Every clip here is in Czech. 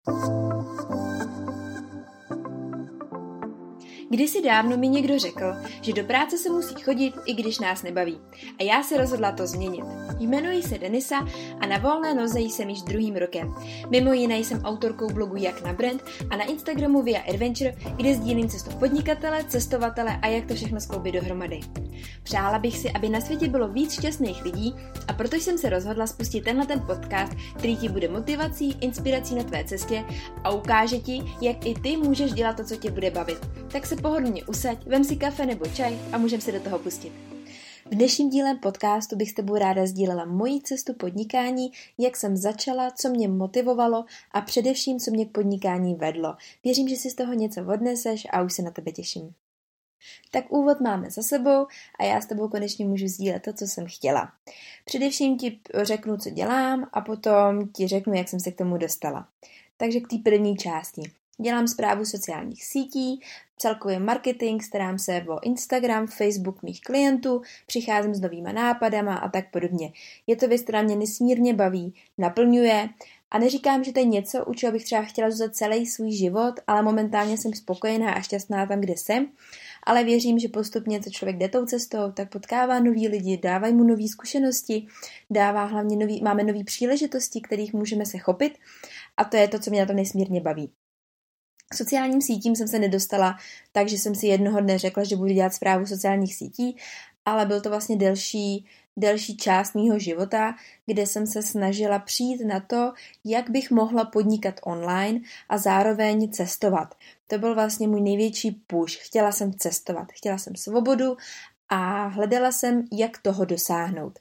Kdysi dávno mi někdo řekl, že do práce se musí chodit, i když nás nebaví. A já se rozhodla to změnit. Jmenuji se Denisa a na volné noze jsem již 2. rokem. Mimo jiné jsem autorkou blogu Jak na brand a na Instagramu Via Adventure, kde sdílím cestu podnikatele, cestovatele a jak to všechno skloubit dohromady. Přála bych si, aby na světě bylo víc šťastných lidí, a proto jsem se rozhodla spustit tenhle podcast, který ti bude motivací, inspirací na tvé cestě a ukáže ti, jak i ty můžeš dělat to, co tě bude bavit. Tak se pohodlně usaď, vem si kafe nebo čaj a můžeme se do toho pustit. V dnešním dílem podcastu bych s tebou ráda sdílela moji cestu podnikání, jak jsem začala, co mě motivovalo a především, co mě k podnikání vedlo. Věřím, že si z toho něco odneseš a už se na tebe těším. Tak úvod máme za sebou a já s tebou konečně můžu sdílet to, co jsem chtěla. Především ti řeknu, co dělám a potom ti řeknu, jak jsem se k tomu dostala. Takže k té první části. Dělám správu sociálních sítí, celkově marketing, starám se o Instagram, Facebook mých klientů, přicházím s novýma nápadama a tak podobně. Je to věc, která mě nesmírně baví, naplňuje a neříkám, že to je něco, u čeho bych třeba chtěla zůstat celý svůj život, ale momentálně jsem spokojená a šťastná tam, kde jsem. Ale věřím, že postupně, co člověk jde tou cestou, tak potkává nový lidi, dávají mu nový zkušenosti, máme nový příležitosti, kterých můžeme se chopit a to je to, co mě na tom nesmírně baví. K sociálním sítím jsem se nedostala, takže jsem si jednoho dne řekla, že budu dělat správu sociálních sítí, ale byl to vlastně delší část mýho života, kde jsem se snažila přijít na to, jak bych mohla podnikat online a zároveň cestovat. To byl vlastně můj největší push. Chtěla jsem cestovat, chtěla jsem svobodu a hledala jsem, jak toho dosáhnout.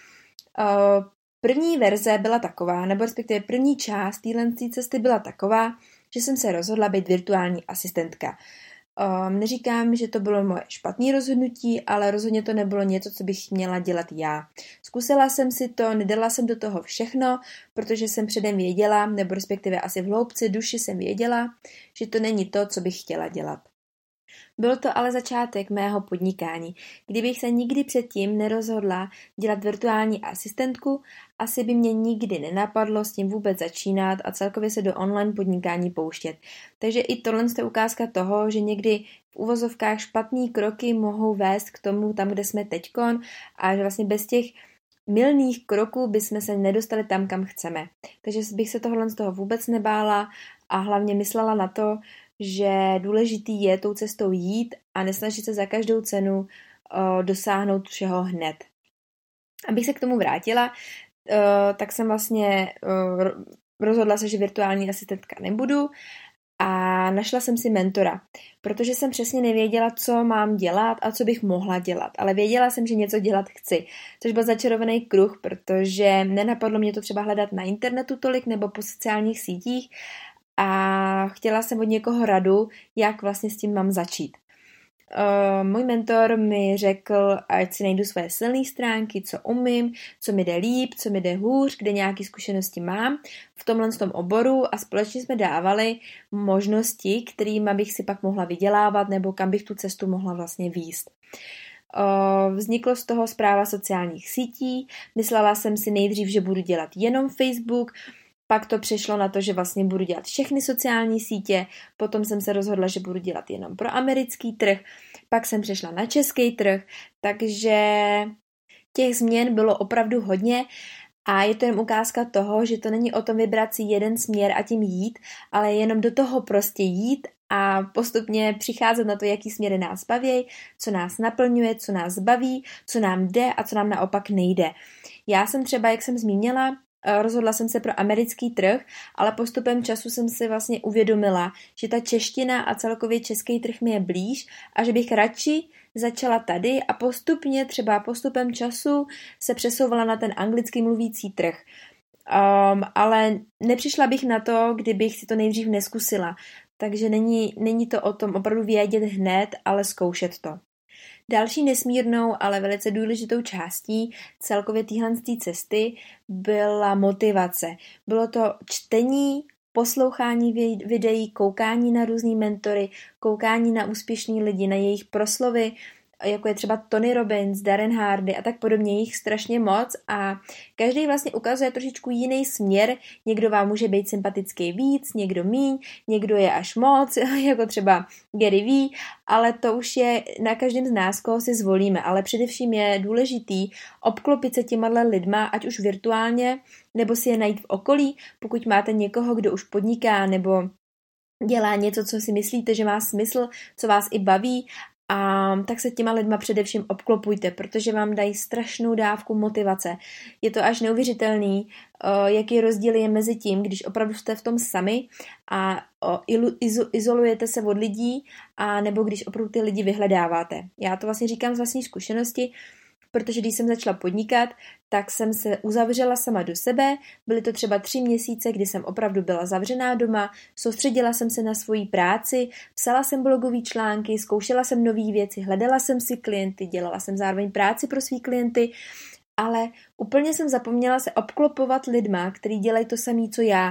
První verze byla taková, nebo respektive první část téhle cesty byla taková, že jsem se rozhodla být virtuální asistentka. Neříkám, že to bylo moje špatné rozhodnutí, ale rozhodně to nebylo něco, co bych měla dělat já. Zkusila jsem si to, nedala jsem do toho všechno, protože jsem předem věděla, nebo respektive asi v hloubce duši jsem věděla, že to není to, co bych chtěla dělat. Byl to ale začátek mého podnikání. Kdybych se nikdy předtím nerozhodla dělat virtuální asistentku, asi by mě nikdy nenapadlo s tím vůbec začínat a celkově se do online podnikání pouštět. Takže i tohle je ukázka toho, že někdy v uvozovkách špatný kroky mohou vést k tomu tam, kde jsme teďkon a že vlastně bez těch mylných kroků bychom se nedostali tam, kam chceme. Takže bych se tohle z toho vůbec nebála a hlavně myslela na to, že důležitý je tou cestou jít a nesnažit se za každou cenu dosáhnout všeho hned. Abych se k tomu vrátila, tak jsem vlastně rozhodla se, že virtuální asistentka nebudu a našla jsem si mentora, protože jsem přesně nevěděla, co mám dělat a co bych mohla dělat, ale věděla jsem, že něco dělat chci, což byl začarovaný kruh, protože nenapadlo mě to třeba hledat na internetu tolik nebo po sociálních sítích, a chtěla jsem od někoho radu, jak vlastně s tím mám začít. Můj mentor mi řekl, ať si najdu své silné stránky, co umím, co mi jde líp, co mi jde hůř, kde nějaké zkušenosti mám v tomhle tom oboru a společně jsme dávali možnosti, kterými bych si pak mohla vydělávat nebo kam bych tu cestu mohla vlastně vést. Vzniklo z toho správa sociálních sítí, myslela jsem si nejdřív, že budu dělat jenom Facebook, pak to přešlo na to, že vlastně budu dělat všechny sociální sítě, potom jsem se rozhodla, že budu dělat jenom pro americký trh, pak jsem přešla na český trh, takže těch změn bylo opravdu hodně a je to jen ukázka toho, že to není o tom vybrat si jeden směr a tím jít, ale jenom do toho prostě jít a postupně přicházet na to, jaký směry nás baví, co nás naplňuje, co nás baví, co nám jde a co nám naopak nejde. Já jsem třeba, jak jsem zmínila, rozhodla jsem se pro americký trh, ale postupem času jsem si vlastně uvědomila, že ta čeština a celkově český trh mi je blíž a že bych radši začala tady a postupem času se přesouvala na ten anglicky mluvící trh. Ale nepřišla bych na to, kdybych si to nejdřív neskusila. Takže není to o tom opravdu vědět hned, ale zkoušet to. Další nesmírnou, ale velice důležitou částí celkově téhle cesty byla motivace. Bylo to čtení, poslouchání videí, koukání na různý mentory, koukání na úspěšný lidi, na jejich proslovy, jako je třeba Tony Robbins, Darren Hardy a tak podobně, jich strašně moc a každý vlastně ukazuje trošičku jiný směr. Někdo vám může být sympatický víc, někdo míň, někdo je až moc, jako třeba Gary Vee, ale to už je na každém z nás, koho si zvolíme, ale především je důležitý obklopit se těma lidma, ať už virtuálně, nebo si je najít v okolí, pokud máte někoho, kdo už podniká, nebo dělá něco, co si myslíte, že má smysl, co vás i baví, a tak se těma lidma především obklopujte, protože vám dají strašnou dávku motivace. Je to až neuvěřitelný, jaký rozdíl je mezi tím, když opravdu jste v tom sami a izolujete se od lidí, a nebo když opravdu ty lidi vyhledáváte. Já to vlastně říkám z vlastní zkušenosti, protože když jsem začala podnikat, tak jsem se uzavřela sama do sebe. Byly to třeba 3 měsíce, kdy jsem opravdu byla zavřená doma, soustředila jsem se na svoji práci, psala jsem blogové články, zkoušela jsem nové věci, hledala jsem si klienty, dělala jsem zároveň práci pro svý klienty, ale úplně jsem zapomněla se obklopovat lidma, kteří dělají to samé, co já.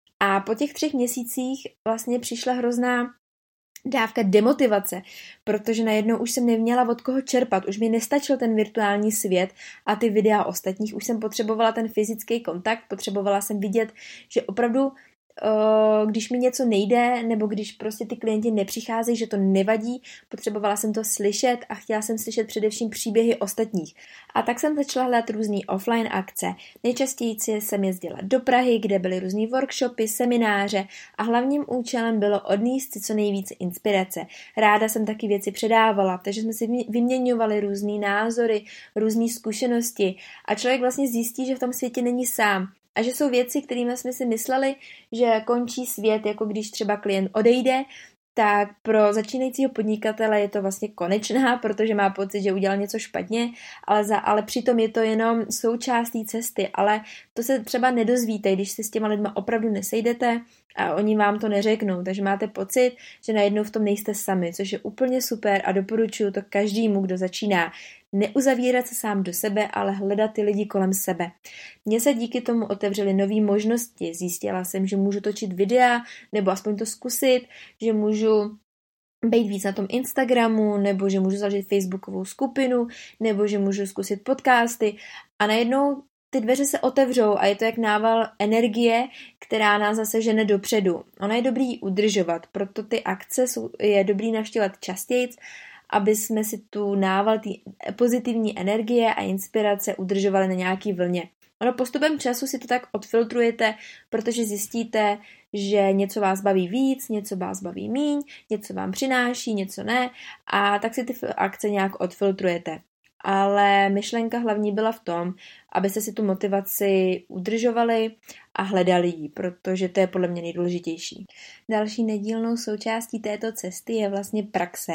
A po těch 3 měsících vlastně přišla hrozná dávka demotivace, protože najednou už jsem neměla od koho čerpat, už mi nestačil ten virtuální svět a ty videa ostatních, už jsem potřebovala ten fyzický kontakt, potřebovala jsem vidět, že opravdu když mi něco nejde, nebo když prostě ty klienti nepřicházejí, že to nevadí, potřebovala jsem to slyšet a chtěla jsem slyšet především příběhy ostatních. A tak jsem začala hledat různý offline akce. Nejčastěji jsem jezdila do Prahy, kde byly různý workshopy, semináře a hlavním účelem bylo odnést si co nejvíce inspirace. Ráda jsem taky věci předávala, takže jsme si vyměňovali různý názory, různé zkušenosti a člověk vlastně zjistí, že v tom světě není sám. A že jsou věci, kterými jsme si mysleli, že končí svět, jako když třeba klient odejde, tak pro začínajícího podnikatele je to vlastně konečná, protože má pocit, že udělal něco špatně, ale přitom je to jenom součást té cesty, ale to se třeba nedozvíte, když se s těma lidma opravdu nesejdete a oni vám to neřeknou, takže máte pocit, že najednou v tom nejste sami, což je úplně super a doporučuji to každému, kdo začíná. Neuzavírat se sám do sebe, ale hledat ty lidi kolem sebe. Mně se díky tomu otevřely nové možnosti. Zjistila jsem, že můžu točit videa, nebo aspoň to zkusit, že můžu být víc na tom Instagramu, nebo že můžu založit facebookovou skupinu, nebo že můžu zkusit podcasty a najednou ty dveře se otevřou a je to jak nával energie, která nás zase žene dopředu. Ona je dobrý udržovat, proto ty akce je dobrý navštěvovat častěji, aby jsme si tu nával té pozitivní energie a inspirace udržovali na nějaký vlně. Ono postupem času si to tak odfiltrujete, protože zjistíte, že něco vás baví víc, něco vás baví míň, něco vám přináší, něco ne a tak si ty akce nějak odfiltrujete. Ale myšlenka hlavní byla v tom, abyste si tu motivaci udržovali a hledali ji, protože to je podle mě nejdůležitější. Další nedílnou součástí této cesty je vlastně praxe.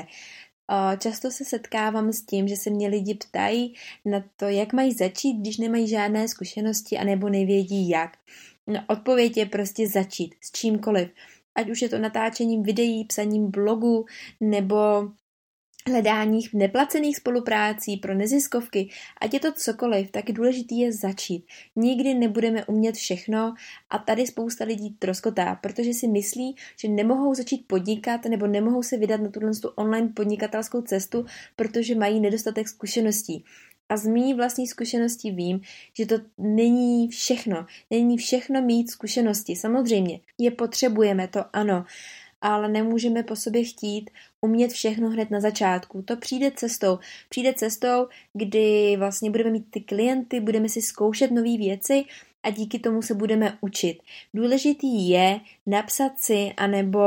Často se setkávám s tím, že se mě lidi ptají na to, jak mají začít, když nemají žádné zkušenosti anebo nevědí jak. No, odpověď je prostě začít s čímkoliv. Ať už je to natáčením videí, psaním blogu nebo hledáních neplacených spoluprácí pro neziskovky, ať je to cokoliv, tak důležitý je začít. Nikdy nebudeme umět všechno a tady spousta lidí troskotá, protože si myslí, že nemohou začít podnikat nebo nemohou se vydat na tu online podnikatelskou cestu, protože mají nedostatek zkušeností. A z mý vlastní zkušenosti vím, že to není všechno. Není všechno mít zkušenosti. Samozřejmě je potřebujeme, to ano, ale nemůžeme po sobě chtít umět všechno hned na začátku. To přijde cestou. Přijde cestou, kdy vlastně budeme mít ty klienty, budeme si zkoušet nové věci a díky tomu se budeme učit. Důležitý je napsat si anebo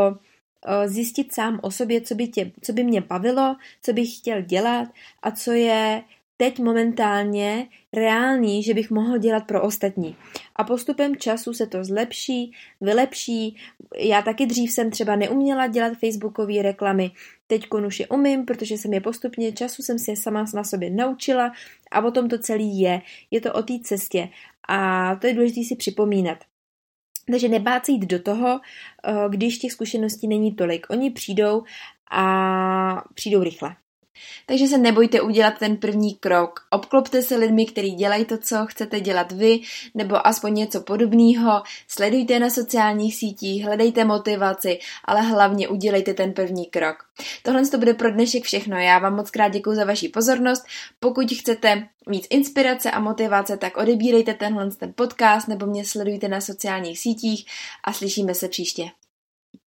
zjistit sám o sobě, co by mě bavilo, co bych chtěl dělat a co je teď momentálně reálný, že bych mohl dělat pro ostatní. A postupem času se to zlepší, vylepší. Já taky dřív jsem třeba neuměla dělat facebookové reklamy. Teď už je umím, protože jsem je postupně času jsem si je sama na sobě naučila a o tom to celý je. Je to o té cestě a to je důležité si připomínat. Takže nebát se jít do toho, když těch zkušeností není tolik. Oni přijdou a přijdou rychle. Takže se nebojte udělat ten první krok. Obklopte se lidmi, kteří dělají to, co chcete dělat vy, nebo aspoň něco podobného. Sledujte na sociálních sítích, hledejte motivaci, ale hlavně udělejte ten první krok. Tohle to bude pro dnešek všechno. Já vám moc krát děkuju za vaši pozornost. Pokud chcete víc inspirace a motivace, tak odebírejte ten podcast nebo mě sledujte na sociálních sítích a slyšíme se příště.